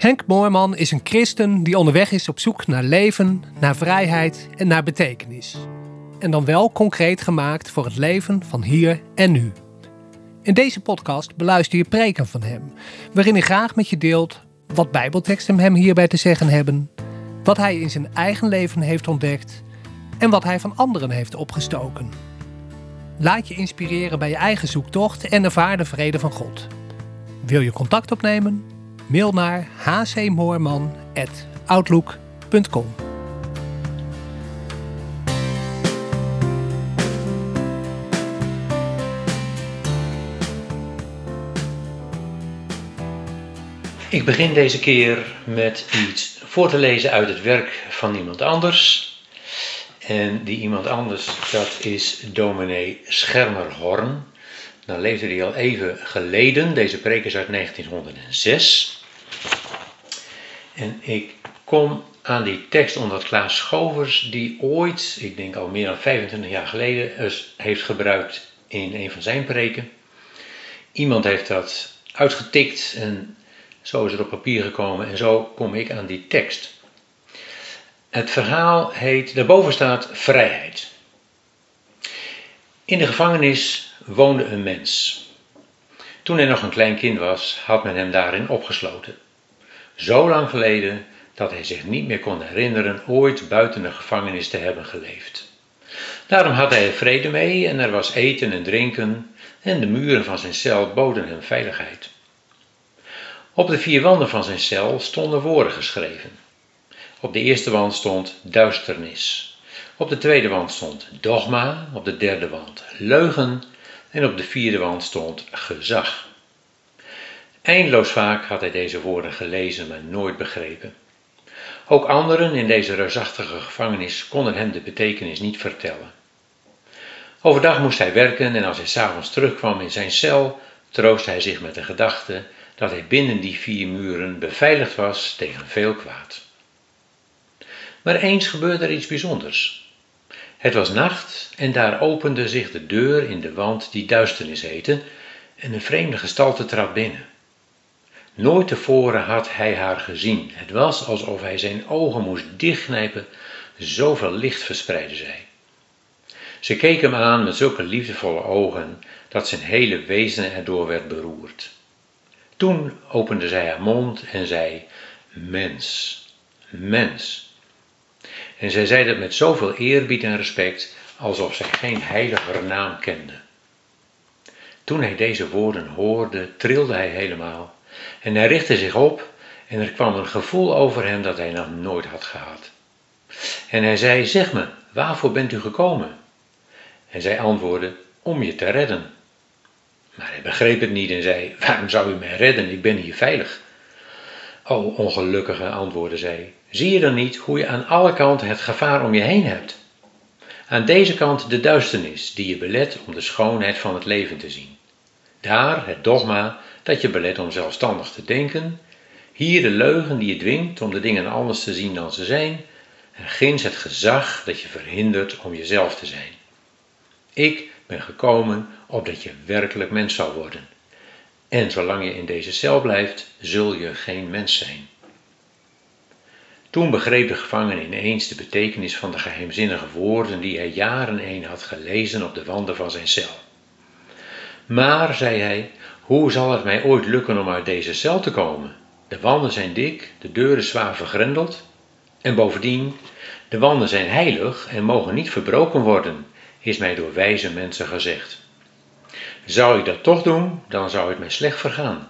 Henk Moorman is een christen die onderweg is op zoek naar leven, naar vrijheid en naar betekenis. En dan wel concreet gemaakt voor het leven van hier en nu. In deze podcast beluister je preken van hem, waarin hij graag met je deelt wat bijbelteksten hem hierbij te zeggen hebben, wat hij in zijn eigen leven heeft ontdekt en wat hij van anderen heeft opgestoken. Laat je inspireren bij je eigen zoektocht en ervaar de vrede van God. Wil je contact opnemen? Mail naar hcmoorman@outlook.com. Ik begin deze keer met iets voor te lezen uit het werk van iemand anders. En die iemand anders, dat is dominee Schermerhorn. Dan leefde hij al even geleden. Deze preek is uit 1906. En ik kom aan die tekst omdat Klaas Schovers die ooit, ik denk al meer dan 25 jaar geleden, heeft gebruikt in een van zijn preken. Iemand heeft dat uitgetikt en zo is het op papier gekomen en zo kom ik aan die tekst. Het verhaal heet, daarboven staat vrijheid. In de gevangenis woonde een mens. Toen hij nog een klein kind was, had men hem daarin opgesloten. Zo lang geleden dat hij zich niet meer kon herinneren ooit buiten de gevangenis te hebben geleefd. Daarom had hij er vrede mee en er was eten en drinken en de muren van zijn cel boden hem veiligheid. Op de 4 wanden van zijn cel stonden woorden geschreven. Op de eerste wand stond duisternis. Op de tweede wand stond dogma. Op de derde wand leugen. En op de 4e wand stond gezag. Eindeloos vaak had hij deze woorden gelezen, maar nooit begrepen. Ook anderen in deze reusachtige gevangenis konden hem de betekenis niet vertellen. Overdag moest hij werken en als hij 's avonds terugkwam in zijn cel, troostte hij zich met de gedachte dat hij binnen die 4 muren beveiligd was tegen veel kwaad. Maar eens gebeurde er iets bijzonders. Het was nacht en daar opende zich de deur in de wand die duisternis heette en een vreemde gestalte trad binnen. Nooit tevoren had hij haar gezien. Het was alsof hij zijn ogen moest dichtknijpen, zoveel licht verspreidde zij. Ze keek hem aan met zulke liefdevolle ogen dat zijn hele wezen erdoor werd beroerd. Toen opende zij haar mond en zei, mens, mens. En zij zei dat met zoveel eerbied en respect, alsof zij geen heiliger naam kende. Toen hij deze woorden hoorde, trilde hij helemaal en hij richtte zich op en er kwam een gevoel over hem dat hij nog nooit had gehad. En hij zei, zeg me, waarvoor bent u gekomen? En zij antwoordde, om je te redden. Maar hij begreep het niet en zei, waarom zou u mij redden? Ik ben hier veilig. O ongelukkige, antwoordde zij, zie je dan niet hoe je aan alle kanten het gevaar om je heen hebt? Aan deze kant de duisternis die je belet om de schoonheid van het leven te zien. Daar het dogma dat je belet om zelfstandig te denken. Hier de leugen die je dwingt om de dingen anders te zien dan ze zijn. En ginds het gezag dat je verhindert om jezelf te zijn. Ik ben gekomen opdat je werkelijk mens zou worden. En zolang je in deze cel blijft, zul je geen mens zijn. Toen begreep de gevangene ineens de betekenis van de geheimzinnige woorden die hij jarenheen had gelezen op de wanden van zijn cel. Maar, zei hij, hoe zal het mij ooit lukken om uit deze cel te komen? De wanden zijn dik, de deuren zwaar vergrendeld. En bovendien, de wanden zijn heilig en mogen niet verbroken worden, is mij door wijze mensen gezegd. Zou ik dat toch doen, dan zou het mij slecht vergaan.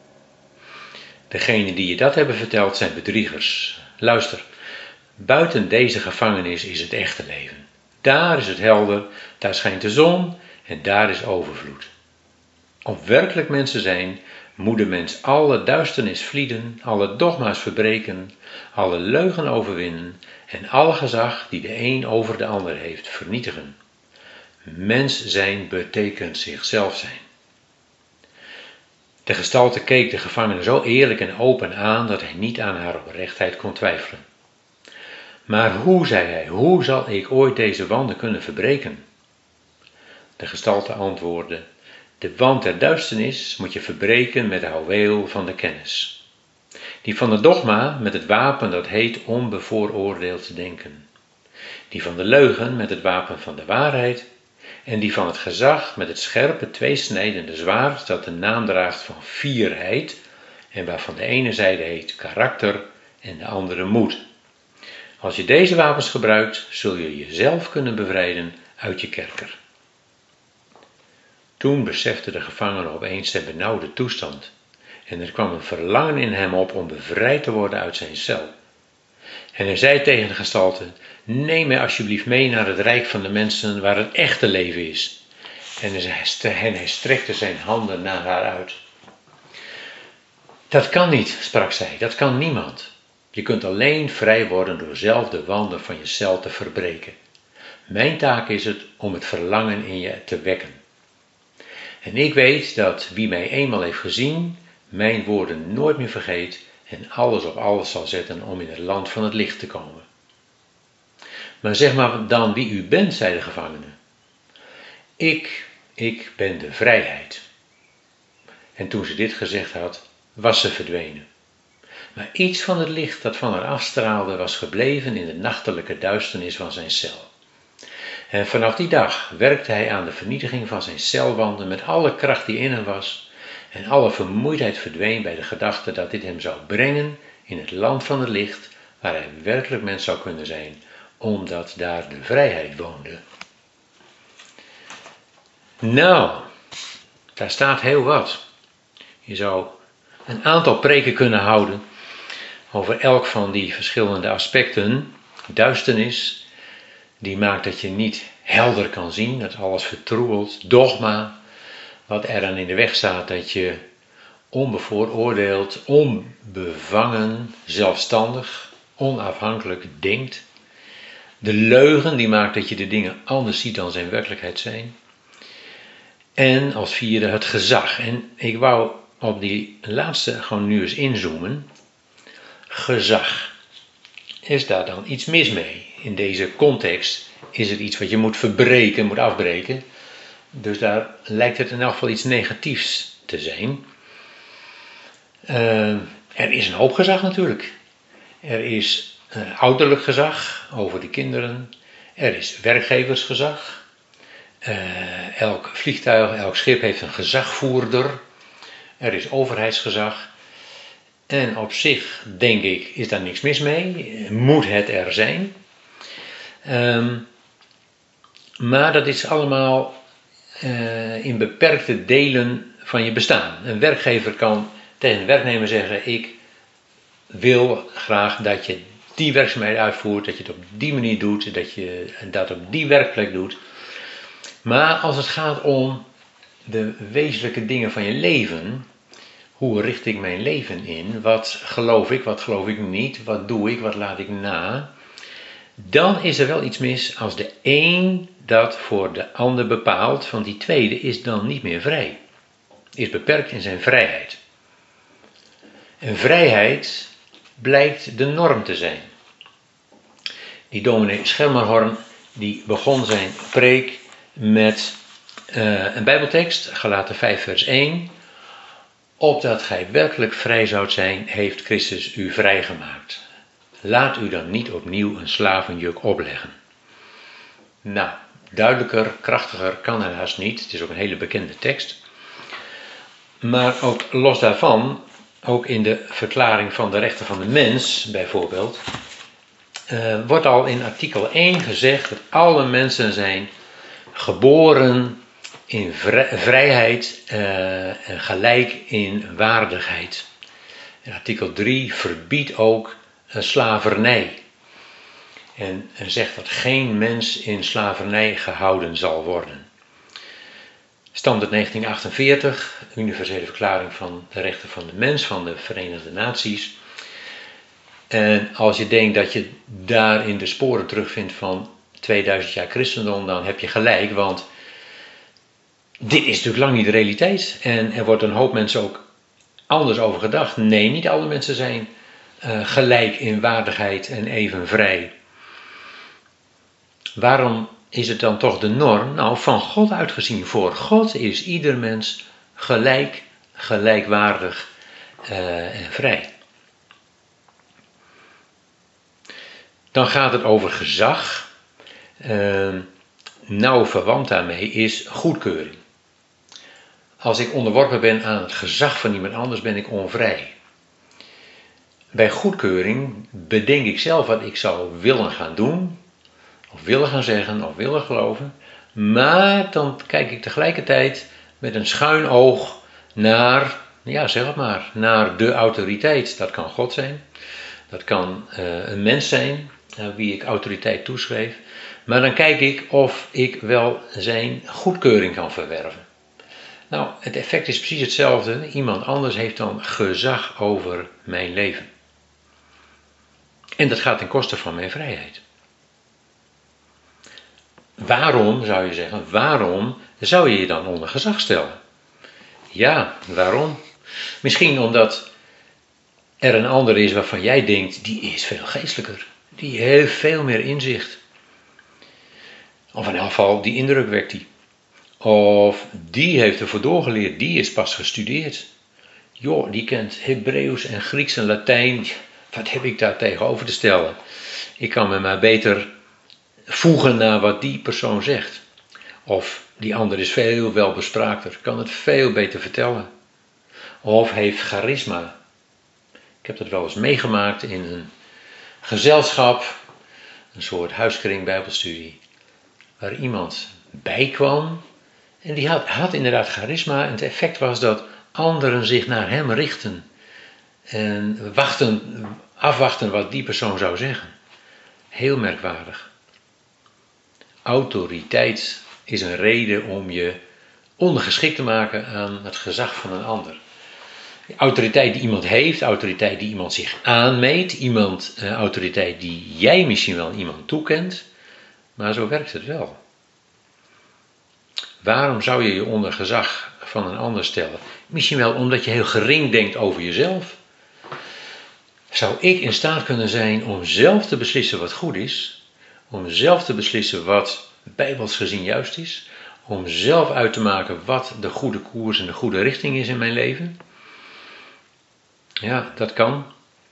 Degenen die je dat hebben verteld zijn bedriegers. Luister, buiten deze gevangenis is het echte leven. Daar is het helder, daar schijnt de zon en daar is overvloed. Om werkelijk mens te zijn, moet de mens alle duisternis vlieden, alle dogma's verbreken, alle leugen overwinnen en alle gezag die de een over de ander heeft vernietigen. Mens zijn betekent zichzelf zijn. De gestalte keek de gevangene zo eerlijk en open aan dat hij niet aan haar oprechtheid kon twijfelen. Maar hoe, zei hij, hoe zal ik ooit deze wanden kunnen verbreken? De gestalte antwoordde, de wand der duisternis moet je verbreken met de houweel van de kennis. Die van het dogma met het wapen dat heet onbevooroordeeld te denken. Die van de leugen met het wapen van de waarheid. En die van het gezag met het scherpe tweesnijdende zwaard dat de naam draagt van fierheid. En waarvan de ene zijde heet karakter en de andere moed. Als je deze wapens gebruikt, zul je jezelf kunnen bevrijden uit je kerker. Toen besefte de gevangene opeens zijn benauwde toestand. En er kwam een verlangen in hem op om bevrijd te worden uit zijn cel. En hij zei tegen de gestalte: neem mij alsjeblieft mee naar het rijk van de mensen waar het echte leven is. En hij strekte zijn handen naar haar uit. Dat kan niet, sprak zij, dat kan niemand. Je kunt alleen vrij worden door zelf de wanden van je cel te verbreken. Mijn taak is het om het verlangen in je te wekken. En ik weet dat wie mij eenmaal heeft gezien, mijn woorden nooit meer vergeet en alles op alles zal zetten om in het land van het licht te komen. Maar zeg maar dan wie u bent, zei de gevangene. Ik ben de vrijheid. En toen ze dit gezegd had, was ze verdwenen. Maar iets van het licht dat van haar afstraalde was gebleven in de nachtelijke duisternis van zijn cel. En vanaf die dag werkte hij aan de vernietiging van zijn celwanden met alle kracht die in hem was. En alle vermoeidheid verdween bij de gedachte dat dit hem zou brengen in het land van het licht, waar hij werkelijk mens zou kunnen zijn, omdat daar de vrijheid woonde. Nou, daar staat heel wat. Je zou een aantal preken kunnen houden over elk van die verschillende aspecten. Duisternis, die maakt dat je niet helder kan zien, dat alles vertroebelt. Dogma, wat er dan in de weg staat, dat je onbevooroordeeld, onbevangen, zelfstandig, onafhankelijk denkt. De leugen, die maakt dat je de dingen anders ziet dan ze in werkelijkheid zijn. En als vierde het gezag. En ik wou op die laatste gewoon nu eens inzoomen. Gezag. Is daar dan iets mis mee? In deze context is het iets wat je moet verbreken, moet afbreken. Dus daar lijkt het in elk geval iets negatiefs te zijn. Er is een hoop gezag natuurlijk. Er is ouderlijk gezag over de kinderen. Er is werkgeversgezag. Elk vliegtuig, elk schip heeft een gezagvoerder. Er is overheidsgezag. En op zich, denk ik, is daar niks mis mee. Moet het er zijn. Maar dat is allemaal in beperkte delen van je bestaan. Een werkgever kan tegen een werknemer zeggen: ik wil graag dat je die werkzaamheid uitvoert, dat je het op die manier doet, dat je dat op die werkplek doet. Maar als het gaat om de wezenlijke dingen van je leven, hoe richt ik mijn leven in, wat geloof ik niet, wat doe ik, wat laat ik na, dan is er wel iets mis als de een dat voor de ander bepaalt, want die tweede is dan niet meer vrij. Is beperkt in zijn vrijheid. En vrijheid blijkt de norm te zijn. Die dominee Schermerhorn, die begon zijn preek met een bijbeltekst, Galaten 5 vers 1. Opdat gij werkelijk vrij zoudt zijn, heeft Christus u vrijgemaakt. Laat u dan niet opnieuw een slavenjuk opleggen. Nou, duidelijker, krachtiger kan helaas niet. Het is ook een hele bekende tekst. Maar ook los daarvan, ook in de verklaring van de rechten van de mens bijvoorbeeld, wordt al in artikel 1 gezegd dat alle mensen zijn geboren in vrijheid en gelijk in waardigheid. En artikel 3 verbiedt ook slavernij. En zegt dat geen mens in slavernij gehouden zal worden. Stamt uit 1948, universele verklaring van de rechten van de mens van de Verenigde Naties. En als je denkt dat je daarin de sporen terugvindt van 2000 jaar christendom, dan heb je gelijk, want dit is natuurlijk lang niet de realiteit. En er wordt een hoop mensen ook anders over gedacht. Nee, niet alle mensen zijn gelijk in waardigheid en even vrij. Waarom is het dan toch de norm? Nou, van God uitgezien. Voor God is ieder mens gelijk, gelijkwaardig en vrij. Dan gaat het over gezag. Nauw verwant daarmee is goedkeuring. Als ik onderworpen ben aan het gezag van iemand anders, ben ik onvrij. Bij goedkeuring bedenk ik zelf wat ik zou willen gaan doen, of willen gaan zeggen, of willen geloven. Maar dan kijk ik tegelijkertijd met een schuin oog naar, ja zeg het maar, naar de autoriteit. Dat kan God zijn, dat kan een mens zijn, wie ik autoriteit toeschreef. Maar dan kijk ik of ik wel zijn goedkeuring kan verwerven. Nou, het effect is precies hetzelfde. Iemand anders heeft dan gezag over mijn leven. En dat gaat ten koste van mijn vrijheid. Waarom, zou je zeggen, waarom zou je je dan onder gezag stellen? Ja, waarom? Misschien omdat er een ander is waarvan jij denkt, die is veel geestelijker. Die heeft veel meer inzicht. Of in elk geval, die indruk wekt die. Of die heeft ervoor doorgeleerd, die is pas gestudeerd. Joh, die kent Hebreeuws en Grieks en Latijn. Wat heb ik daar tegenover te stellen? Ik kan me maar beter voegen naar wat die persoon zegt. Of die ander is veel welbespraakter, kan het veel beter vertellen. Of heeft charisma. Ik heb dat wel eens meegemaakt in een gezelschap, een soort huiskring bijbelstudie, waar iemand bij kwam en die had inderdaad charisma en het effect was dat anderen zich naar hem richten en afwachten wat die persoon zou zeggen. Heel merkwaardig. Autoriteit is een reden om je ondergeschikt te maken aan het gezag van een ander. Autoriteit die iemand heeft, autoriteit die iemand zich aanmeet, autoriteit die jij misschien wel iemand toekent, maar zo werkt het wel. Waarom zou je je onder gezag van een ander stellen? Misschien wel omdat je heel gering denkt over jezelf. Zou ik in staat kunnen zijn om zelf te beslissen wat goed is, om zelf te beslissen wat bijbels gezien juist is, om zelf uit te maken wat de goede koers en de goede richting is in mijn leven? Ja, dat kan.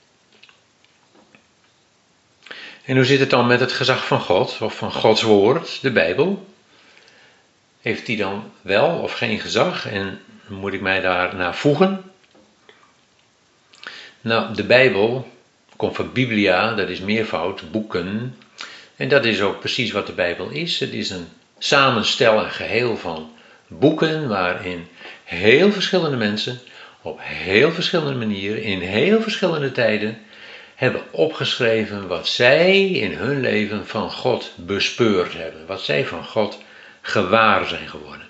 En hoe zit het dan met het gezag van God, of van Gods woord, de Bijbel? Heeft die dan wel of geen gezag en moet ik mij daarnaar voegen? Nou, de Bijbel komt van Biblia, dat is meervoud, boeken. En dat is ook precies wat de Bijbel is. Het is een samenstel, een geheel van boeken waarin heel verschillende mensen op heel verschillende manieren, in heel verschillende tijden, hebben opgeschreven wat zij in hun leven van God bespeurd hebben. Wat zij van God gewaar zijn geworden.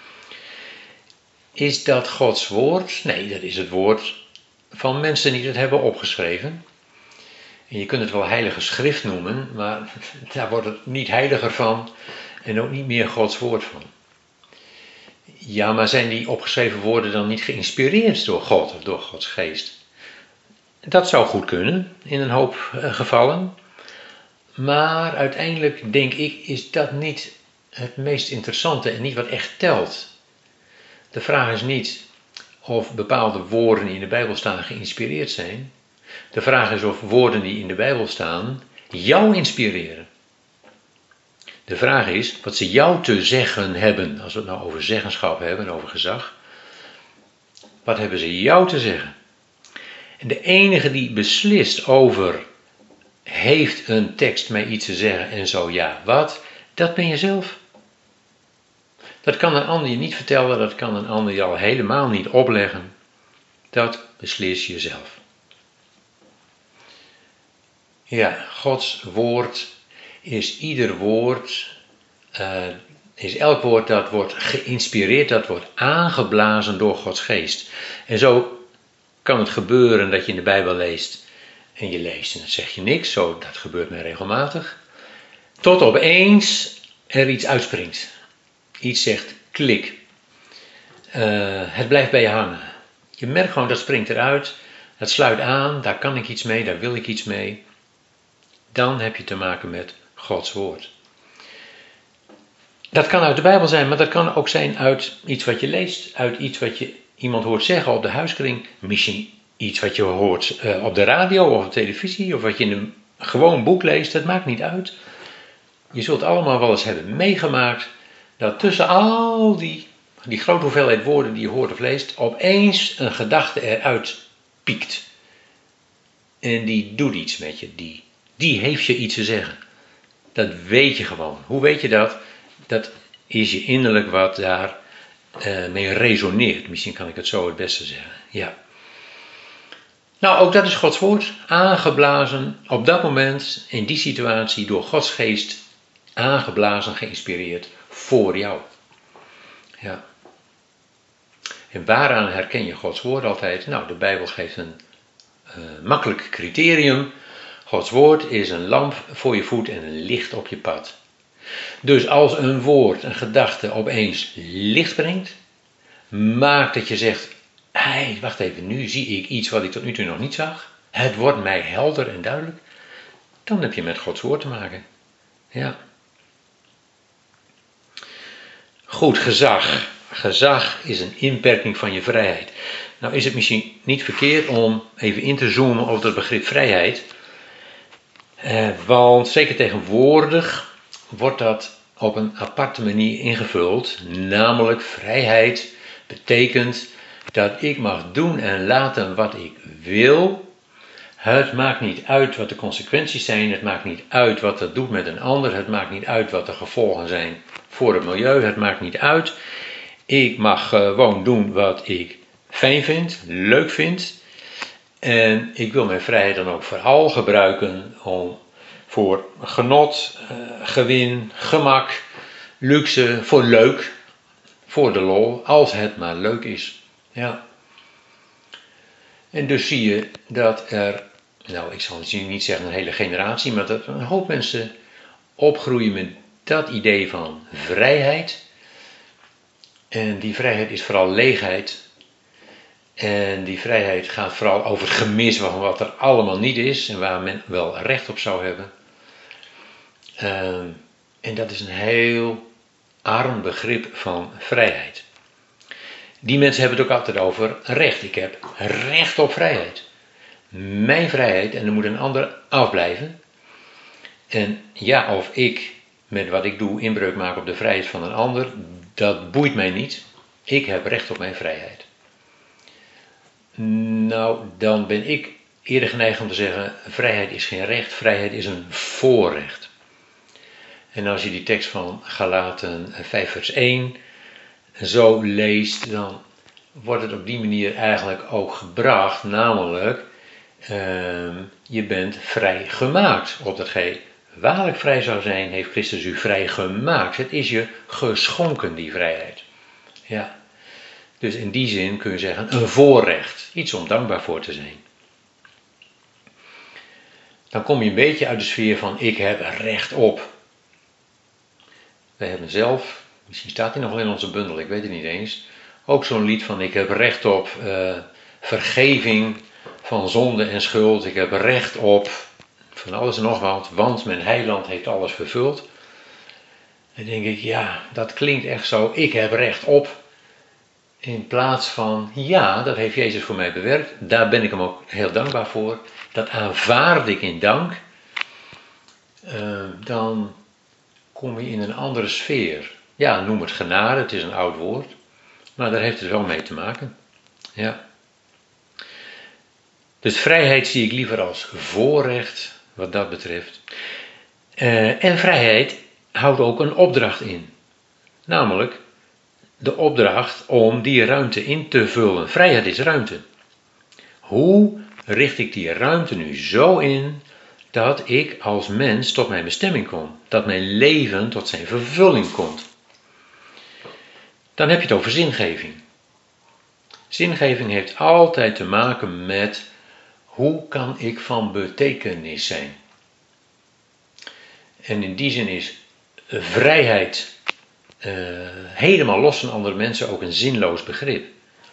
Is dat Gods woord? Nee, dat is het woord van mensen die het hebben opgeschreven. En je kunt het wel heilige schrift noemen, maar daar wordt het niet heiliger van en ook niet meer Gods woord van. Ja, maar zijn die opgeschreven woorden dan niet geïnspireerd door God of door Gods geest? Dat zou goed kunnen, in een hoop gevallen. Maar uiteindelijk, denk ik, is dat niet het meest interessante en niet wat echt telt. De vraag is niet of bepaalde woorden die in de Bijbel staan geïnspireerd zijn. De vraag is of woorden die in de Bijbel staan jou inspireren. De vraag is wat ze jou te zeggen hebben, als we het nou over zeggenschap hebben, over gezag. Wat hebben ze jou te zeggen? En de enige die beslist over, heeft een tekst mij iets te zeggen en zo ja, wat? Dat ben je zelf. Dat kan een ander je niet vertellen, dat kan een ander je al helemaal niet opleggen. Dat beslis je zelf. Ja, Gods woord is ieder woord, is elk woord dat wordt geïnspireerd, dat wordt aangeblazen door Gods geest. En zo kan het gebeuren dat je in de Bijbel leest en je leest en dan zeg je niks, zo, dat gebeurt mij regelmatig. Tot opeens er iets uitspringt. Iets zegt klik. Het blijft bij je hangen. Je merkt gewoon dat springt eruit, dat sluit aan, daar kan ik iets mee, daar wil ik iets mee. Dan heb je te maken met Gods woord. Dat kan uit de Bijbel zijn, maar dat kan ook zijn uit iets wat je leest, uit iets wat je iemand hoort zeggen op de huiskring, misschien iets wat je hoort op de radio of op televisie, of wat je in de gewoon boek leest, het maakt niet uit. Je zult allemaal wel eens hebben meegemaakt dat tussen al die grote hoeveelheid woorden die je hoort of leest, opeens een gedachte eruit piekt. En die doet iets met je, die heeft je iets te zeggen. Dat weet je gewoon. Hoe weet je dat? Dat is je innerlijk wat daar mee resoneert. Misschien kan ik het zo het beste zeggen. Ja. Nou, ook dat is Gods woord. Aangeblazen op dat moment, in die situatie, door Gods geest aangeblazen, geïnspireerd voor jou. Ja. En waaraan herken je Gods woord altijd? Nou, de Bijbel geeft een makkelijk criterium. Gods woord is een lamp voor je voet en een licht op je pad. Dus als een woord, een gedachte opeens licht brengt, maakt dat je zegt, hey, wacht even, nu zie ik iets wat ik tot nu toe nog niet zag. Het wordt mij helder en duidelijk. Dan heb je met Gods woord te maken. Ja. Goed, gezag. Gezag is een inperking van je vrijheid. Nou is het misschien niet verkeerd om even in te zoomen op dat begrip vrijheid. Want zeker tegenwoordig wordt dat op een aparte manier ingevuld. Namelijk vrijheid betekent dat ik mag doen en laten wat ik wil. Het maakt niet uit wat de consequenties zijn. Het maakt niet uit wat dat doet met een ander. Het maakt niet uit wat de gevolgen zijn voor het milieu. Het maakt niet uit. Ik mag gewoon doen wat ik fijn vind, leuk vind. En ik wil mijn vrijheid dan ook vooral gebruiken voor genot, gewin, gemak, luxe, voor leuk, voor de lol, als het maar leuk is. Ja. En dus zie je dat er, nou ik zal niet zeggen een hele generatie, maar dat een hoop mensen opgroeien met dat idee van vrijheid. En die vrijheid is vooral leegheid. En die vrijheid gaat vooral over het gemis van wat er allemaal niet is en waar men wel recht op zou hebben. En dat is een heel arm begrip van vrijheid. Die mensen hebben het ook altijd over recht. Ik heb recht op vrijheid. Mijn vrijheid en er moet een ander afblijven. En ja, of ik met wat ik doe inbreuk maak op de vrijheid van een ander, dat boeit mij niet. Ik heb recht op mijn vrijheid. Nou, dan ben ik eerder geneigd om te zeggen, vrijheid is geen recht, vrijheid is een voorrecht. En als je die tekst van Galaten 5 vers 1 zo leest, dan wordt het op die manier eigenlijk ook gebracht, namelijk, je bent vrij gemaakt. Opdat gij waarlijk vrij zou zijn, heeft Christus u vrij gemaakt. Het is je geschonken, die vrijheid. Ja. Dus in die zin kun je zeggen, een voorrecht. Iets om dankbaar voor te zijn. Dan kom je een beetje uit de sfeer van, ik heb recht op. We hebben zelf, misschien staat hij nog wel in onze bundel, ik weet het niet eens, ook zo'n lied van, ik heb recht op vergeving van zonde en schuld. Ik heb recht op van alles en nog wat, want mijn heiland heeft alles vervuld. Dan denk ik, ja, dat klinkt echt zo, ik heb recht op. In plaats van, ja, dat heeft Jezus voor mij bewerkt. Daar ben ik hem ook heel dankbaar voor. Dat aanvaard ik in dank. Dan kom je in een andere sfeer. Ja, noem het genade, het is een oud woord. Maar daar heeft het wel mee te maken. Ja. Dus vrijheid zie ik liever als voorrecht, wat dat betreft. En vrijheid houdt ook een opdracht in. Namelijk de opdracht om die ruimte in te vullen. Vrijheid is ruimte. Hoe richt ik die ruimte nu zo in dat ik als mens tot mijn bestemming kom? Dat mijn leven tot zijn vervulling komt? Dan heb je het over zingeving. Zingeving heeft altijd te maken met hoe kan ik van betekenis zijn? En in die zin is vrijheid helemaal los van andere mensen ook een zinloos begrip.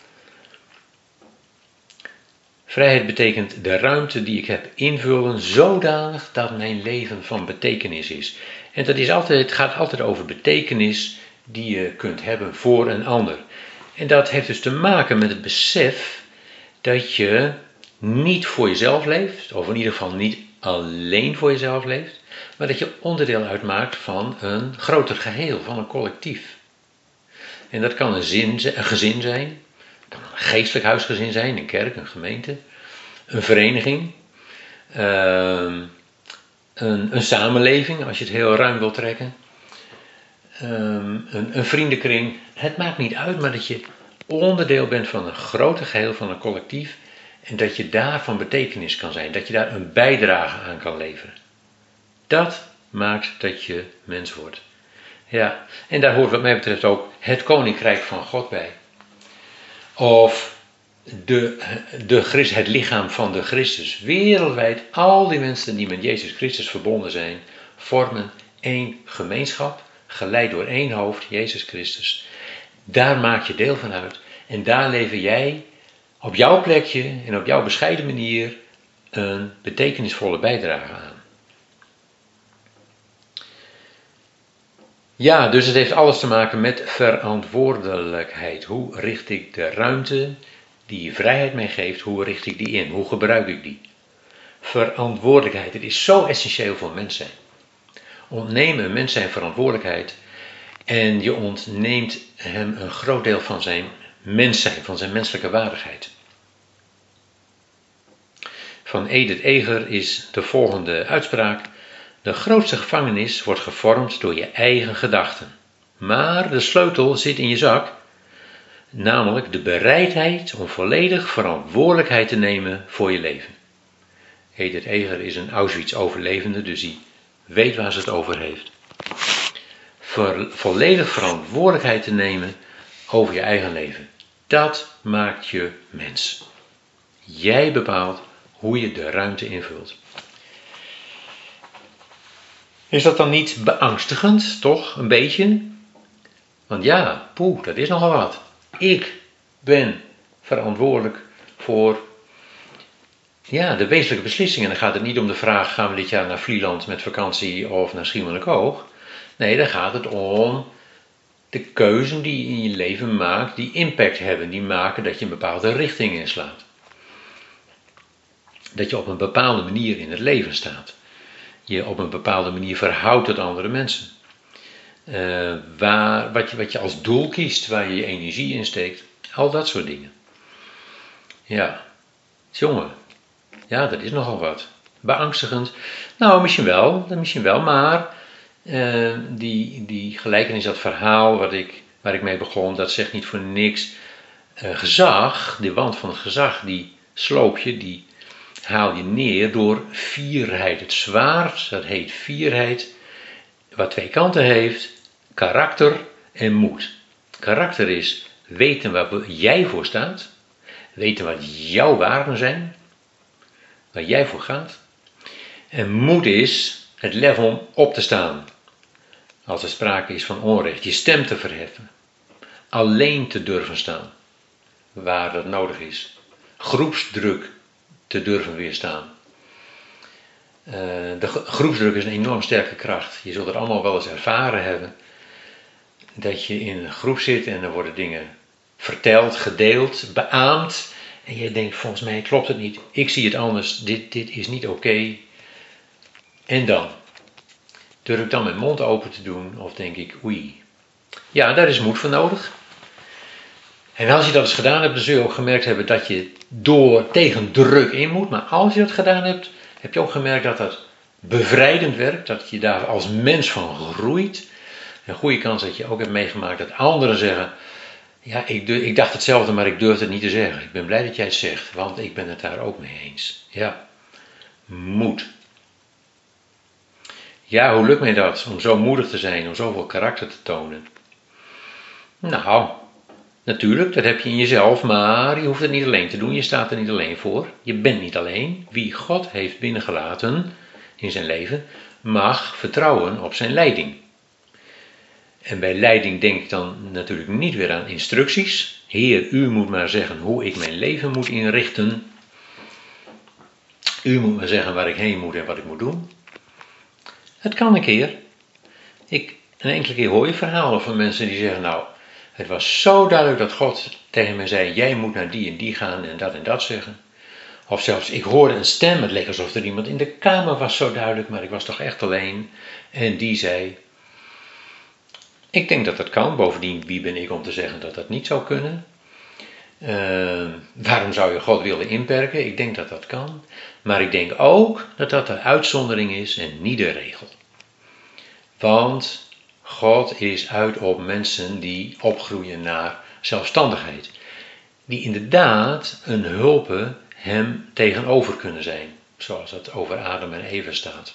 Vrijheid betekent de ruimte die ik heb invullen zodanig dat mijn leven van betekenis is. En dat is het gaat altijd over betekenis die je kunt hebben voor een ander. En dat heeft dus te maken met het besef dat je niet voor jezelf leeft, of in ieder geval niet alleen voor jezelf leeft, maar dat je onderdeel uitmaakt van een groter geheel, van een collectief. En dat kan een gezin zijn, het kan een geestelijk huisgezin zijn, een kerk, een gemeente, een vereniging, een samenleving, als je het heel ruim wilt trekken, een vriendenkring. Het maakt niet uit, maar dat je onderdeel bent van een groter geheel, van een collectief, en dat je daar van betekenis kan zijn, dat je daar een bijdrage aan kan leveren. Dat maakt dat je mens wordt. Ja, en daar hoort wat mij betreft ook het Koninkrijk van God bij. Of het lichaam van de Christus. Wereldwijd, al die mensen die met Jezus Christus verbonden zijn, vormen één gemeenschap, geleid door één hoofd, Jezus Christus. Daar maak je deel van uit. En daar lever jij op jouw plekje en op jouw bescheiden manier een betekenisvolle bijdrage aan. Ja, dus het heeft alles te maken met verantwoordelijkheid. Hoe richt ik de ruimte die vrijheid mij geeft, hoe richt ik die in? Hoe gebruik ik die? Verantwoordelijkheid, het is zo essentieel voor mens zijn. Ontneem een mens zijn verantwoordelijkheid en je ontneemt hem een groot deel van zijn mens zijn, van zijn menselijke waardigheid. Van Edith Eger is de volgende uitspraak: de grootste gevangenis wordt gevormd door je eigen gedachten. Maar de sleutel zit in je zak, namelijk de bereidheid om volledig verantwoordelijkheid te nemen voor je leven. Edith Eger is een Auschwitz-overlevende, dus die weet waar ze het over heeft. Volledig verantwoordelijkheid te nemen over je eigen leven. Dat maakt je mens. Jij bepaalt hoe je de ruimte invult. Is dat dan niet beangstigend, toch? Een beetje? Want ja, dat is nogal wat. Ik ben verantwoordelijk voor de wezenlijke beslissingen. Dan gaat het niet om de vraag, gaan we dit jaar naar Vlieland met vakantie of naar Schiermonnikoog? Nee, dan gaat het om de keuzen die je in je leven maakt, die impact hebben, die maken dat je een bepaalde richting inslaat. Dat je op een bepaalde manier in het leven staat. Je op een bepaalde manier verhoudt tot andere mensen. Wat je als doel kiest, waar je je energie in steekt. Al dat soort dingen. Ja, jongen, ja, dat is nogal wat. Beangstigend. Nou, misschien wel, maar die gelijkenis, dat verhaal waar ik mee begon, dat zegt niet voor niks. Gezag, de wand van het gezag, die sloop je, die haal je neer door fierheid. Het zwaard, dat heet fierheid, wat twee kanten heeft, karakter en moed. Karakter is weten waar jij voor staat, weten wat jouw waarden zijn, waar jij voor gaat. En moed is het lef om op te staan, als er sprake is van onrecht, je stem te verheffen, alleen te durven staan, waar dat nodig is, groepsdruk te durven weerstaan. De groepsdruk is een enorm sterke kracht. Je zult het allemaal wel eens ervaren hebben. Dat je in een groep zit en er worden dingen verteld, gedeeld, beaamd. En je denkt, volgens mij klopt het niet. Ik zie het anders. Dit is niet oké. En dan? Durf ik dan mijn mond open te doen? Of denk ik, oei. Ja, daar is moed voor nodig. En als je dat eens gedaan hebt, dan zul je ook gemerkt hebben dat je tegen druk in moet. Maar als je dat gedaan hebt, heb je ook gemerkt dat dat bevrijdend werkt. Dat je daar als mens van groeit. Een goede kans dat je ook hebt meegemaakt dat anderen zeggen, ja, ik dacht hetzelfde, maar ik durf het niet te zeggen. Ik ben blij dat jij het zegt, want ik ben het daar ook mee eens. Ja, moed. Ja, hoe lukt mij dat om zo moedig te zijn, om zoveel karakter te tonen? Nou, natuurlijk, dat heb je in jezelf, maar je hoeft het niet alleen te doen. Je staat er niet alleen voor. Je bent niet alleen. Wie God heeft binnengelaten in zijn leven, mag vertrouwen op zijn leiding. En bij leiding denk ik dan natuurlijk niet weer aan instructies. Heer, u moet maar zeggen hoe ik mijn leven moet inrichten. U moet maar zeggen waar ik heen moet en wat ik moet doen. Het kan een keer. Een enkele keer hoor je verhalen van mensen die zeggen, nou, het was zo duidelijk dat God tegen mij zei, jij moet naar die en die gaan en dat zeggen. Of zelfs, ik hoorde een stem, het leek alsof er iemand in de kamer was, zo duidelijk, maar ik was toch echt alleen. En die zei, ik denk dat dat kan, bovendien, wie ben ik om te zeggen dat dat niet zou kunnen? Waarom zou je God willen inperken? Ik denk dat dat kan. Maar ik denk ook dat dat de uitzondering is en niet de regel. Want God is uit op mensen die opgroeien naar zelfstandigheid. Die inderdaad een hulpe hem tegenover kunnen zijn. Zoals het over Adam en Eva staat.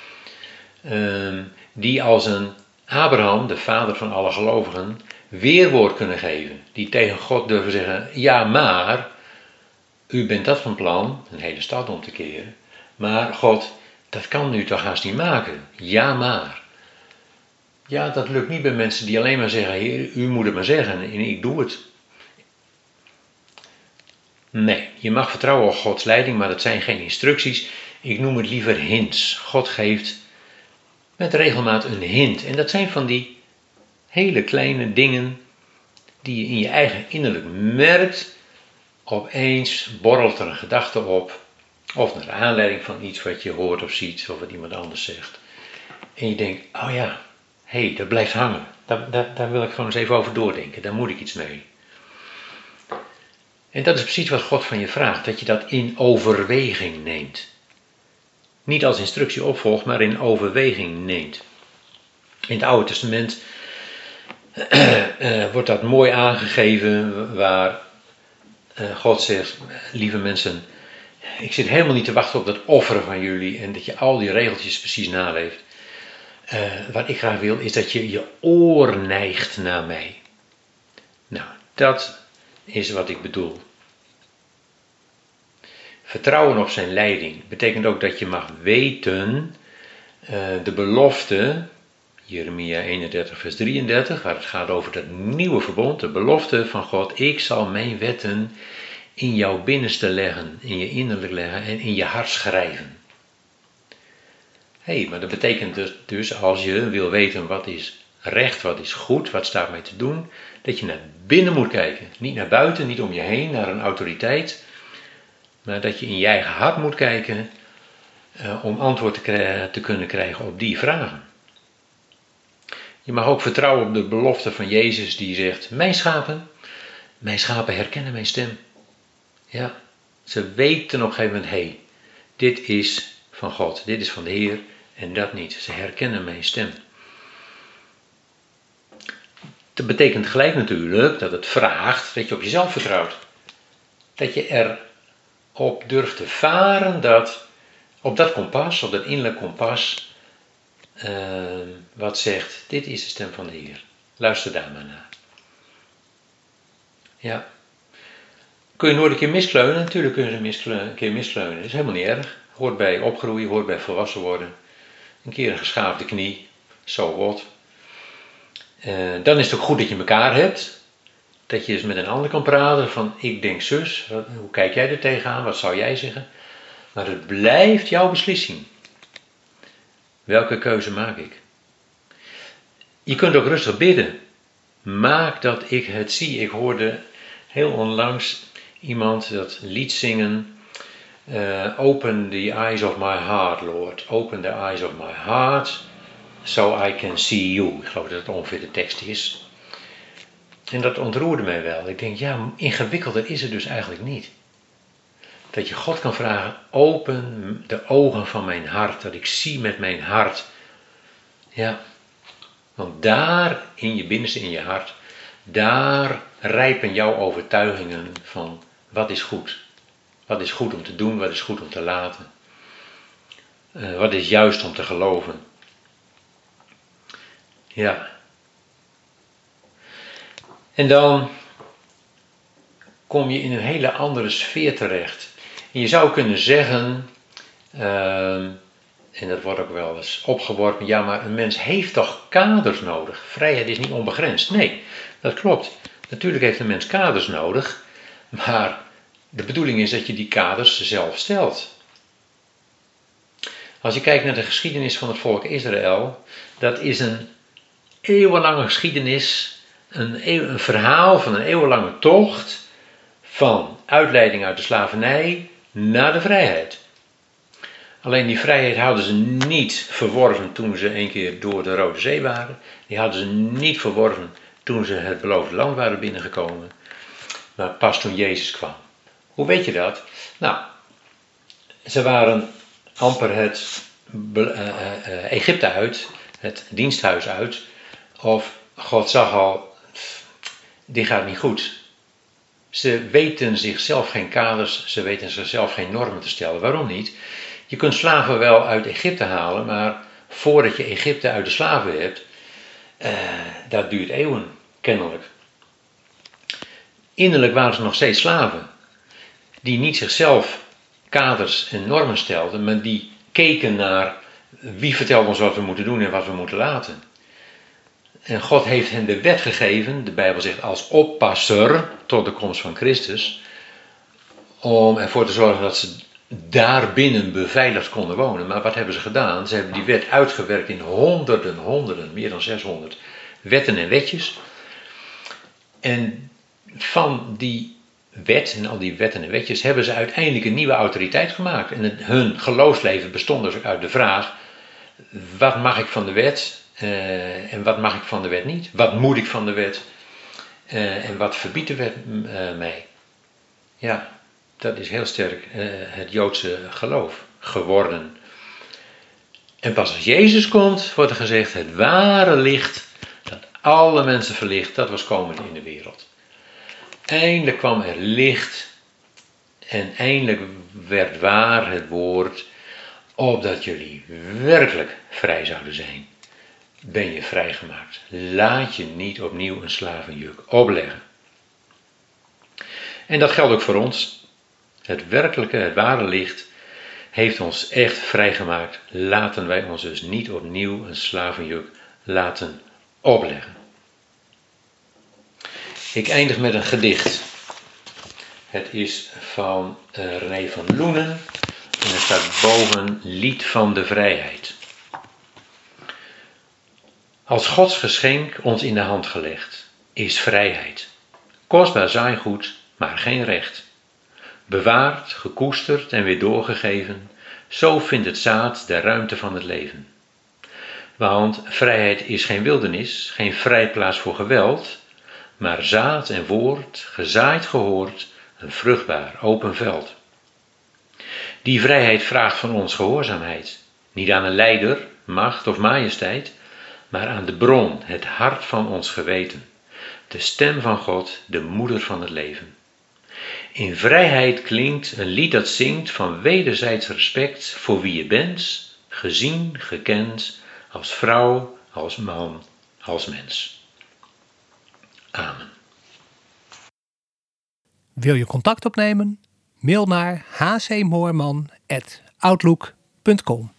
Die als een Abraham, de vader van alle gelovigen, weerwoord kunnen geven. Die tegen God durven zeggen, ja maar, u bent dat van plan, een hele stad om te keren. Maar God, dat kan u toch haast niet maken. Ja maar. Ja, dat lukt niet bij mensen die alleen maar zeggen, Heer, u moet het maar zeggen en ik doe het. Nee, je mag vertrouwen op Gods leiding, maar dat zijn geen instructies. Ik noem het liever hints. God geeft met regelmaat een hint. En dat zijn van die hele kleine dingen die je in je eigen innerlijk merkt. Opeens borrelt er een gedachte op. Of naar aanleiding van iets wat je hoort of ziet of wat iemand anders zegt. En je denkt, oh ja, hé, dat blijft hangen. Daar wil ik gewoon eens even over doordenken. Daar moet ik iets mee. En dat is precies wat God van je vraagt. Dat je dat in overweging neemt. Niet als instructie opvolgt, maar in overweging neemt. In het Oude Testament wordt dat mooi aangegeven, waar God zegt, lieve mensen, ik zit helemaal niet te wachten op dat offeren van jullie en dat je al die regeltjes precies naleeft. Wat ik graag wil, is dat je je oor neigt naar mij. Nou, dat is wat ik bedoel. Vertrouwen op zijn leiding betekent ook dat je mag weten, de belofte, Jeremia 31 vers 33, waar het gaat over het nieuwe verbond, de belofte van God, ik zal mijn wetten in jouw binnenste leggen, in je innerlijk leggen en in je hart schrijven. Maar dat betekent dus als je wil weten wat is recht, wat is goed, wat staat mij te doen, dat je naar binnen moet kijken. Niet naar buiten, niet om je heen, naar een autoriteit, maar dat je in je eigen hart moet kijken om antwoord te kunnen krijgen op die vragen. Je mag ook vertrouwen op de belofte van Jezus die zegt, mijn schapen herkennen mijn stem. Ja, ze weten op een gegeven moment, dit is van God, dit is van de Heer en dat niet. Ze herkennen mijn stem. Dat betekent gelijk natuurlijk dat het vraagt dat je op jezelf vertrouwt. Dat je erop durft te varen dat op dat kompas, op dat innerlijk kompas, wat zegt, dit is de stem van de Heer. Luister daar maar naar. Ja. Kun je nooit een keer miskleunen? Natuurlijk kun je een keer miskleunen. Dat is helemaal niet erg. Hoort bij opgroeien, hoort bij volwassen worden. Een keer een geschaafde knie, so what. Dan is het ook goed dat je elkaar hebt. Dat je eens met een ander kan praten van, ik denk zus, hoe kijk jij er tegenaan, wat zou jij zeggen? Maar het blijft jouw beslissing. Welke keuze maak ik? Je kunt ook rustig bidden. Maak dat ik het zie. Ik hoorde heel onlangs iemand dat lied zingen. Open the eyes of my heart, Lord. Open the eyes of my heart, so I can see you. Ik geloof dat het ongeveer de tekst is. En dat ontroerde mij wel. Ik denk, ja, ingewikkelder is het dus eigenlijk niet. Dat je God kan vragen, open de ogen van mijn hart, dat ik zie met mijn hart. Ja, want daar in je binnenste, in je hart, daar rijpen jouw overtuigingen van wat is goed. Wat is goed om te doen, wat is goed om te laten. Wat is juist om te geloven. Ja. En dan kom je in een hele andere sfeer terecht. En je zou kunnen zeggen, en dat wordt ook wel eens opgeworpen, ja maar een mens heeft toch kaders nodig? Vrijheid is niet onbegrensd. Nee, dat klopt. Natuurlijk heeft een mens kaders nodig, maar de bedoeling is dat je die kaders zelf stelt. Als je kijkt naar de geschiedenis van het volk Israël, dat is een eeuwenlange geschiedenis, een verhaal van een eeuwenlange tocht van uitleiding uit de slavernij naar de vrijheid. Alleen die vrijheid hadden ze niet verworven toen ze een keer door de Rode Zee waren. Die hadden ze niet verworven toen ze het beloofde land waren binnengekomen. Maar pas toen Jezus kwam. Hoe weet je dat? Nou, ze waren amper het Egypte uit, het diensthuis uit. Of God zag al, dit gaat niet goed. Ze weten zichzelf geen kaders, ze weten zichzelf geen normen te stellen. Waarom niet? Je kunt slaven wel uit Egypte halen, maar voordat je Egypte uit de slaven hebt, dat duurt eeuwen, kennelijk. Innerlijk waren ze nog steeds slaven, die niet zichzelf kaders en normen stelden, maar die keken naar wie vertelt ons wat we moeten doen en wat we moeten laten. En God heeft hen de wet gegeven, de Bijbel zegt als oppasser tot de komst van Christus, om ervoor te zorgen dat ze daarbinnen beveiligd konden wonen. Maar wat hebben ze gedaan? Ze hebben die wet uitgewerkt in honderden, meer dan 600 wetten en wetjes. En van die wet en al die wetten en wetjes hebben ze uiteindelijk een nieuwe autoriteit gemaakt. En hun geloofsleven bestond dus uit de vraag, wat mag ik van de wet en wat mag ik van de wet niet? Wat moet ik van de wet en wat verbiedt de wet mij? Ja, dat is heel sterk het Joodse geloof geworden. En pas als Jezus komt, wordt er gezegd, het ware licht dat alle mensen verlicht, dat was komend in de wereld. Eindelijk kwam er licht en eindelijk werd waar het woord, opdat jullie werkelijk vrij zouden zijn. Ben je vrijgemaakt. Laat je niet opnieuw een slavenjuk opleggen. En dat geldt ook voor ons. Het werkelijke, het ware licht heeft ons echt vrijgemaakt. Laten wij ons dus niet opnieuw een slavenjuk laten opleggen. Ik eindig met een gedicht. Het is van René van Loenen en er staat boven Lied van de Vrijheid. Als Gods geschenk ons in de hand gelegd is vrijheid. Kostbaar zaaigoed, maar geen recht. Bewaard, gekoesterd en weer doorgegeven, zo vindt het zaad de ruimte van het leven. Want vrijheid is geen wildernis, geen vrijplaats voor geweld, maar zaad en woord, gezaaid gehoord, een vruchtbaar open veld. Die vrijheid vraagt van ons gehoorzaamheid, niet aan een leider, macht of majesteit, maar aan de bron, het hart van ons geweten, de stem van God, de moeder van het leven. In vrijheid klinkt een lied dat zingt van wederzijds respect voor wie je bent, gezien, gekend, als vrouw, als man, als mens. Amen. Wil je contact opnemen? Mail naar hcmoorman@outlook.com.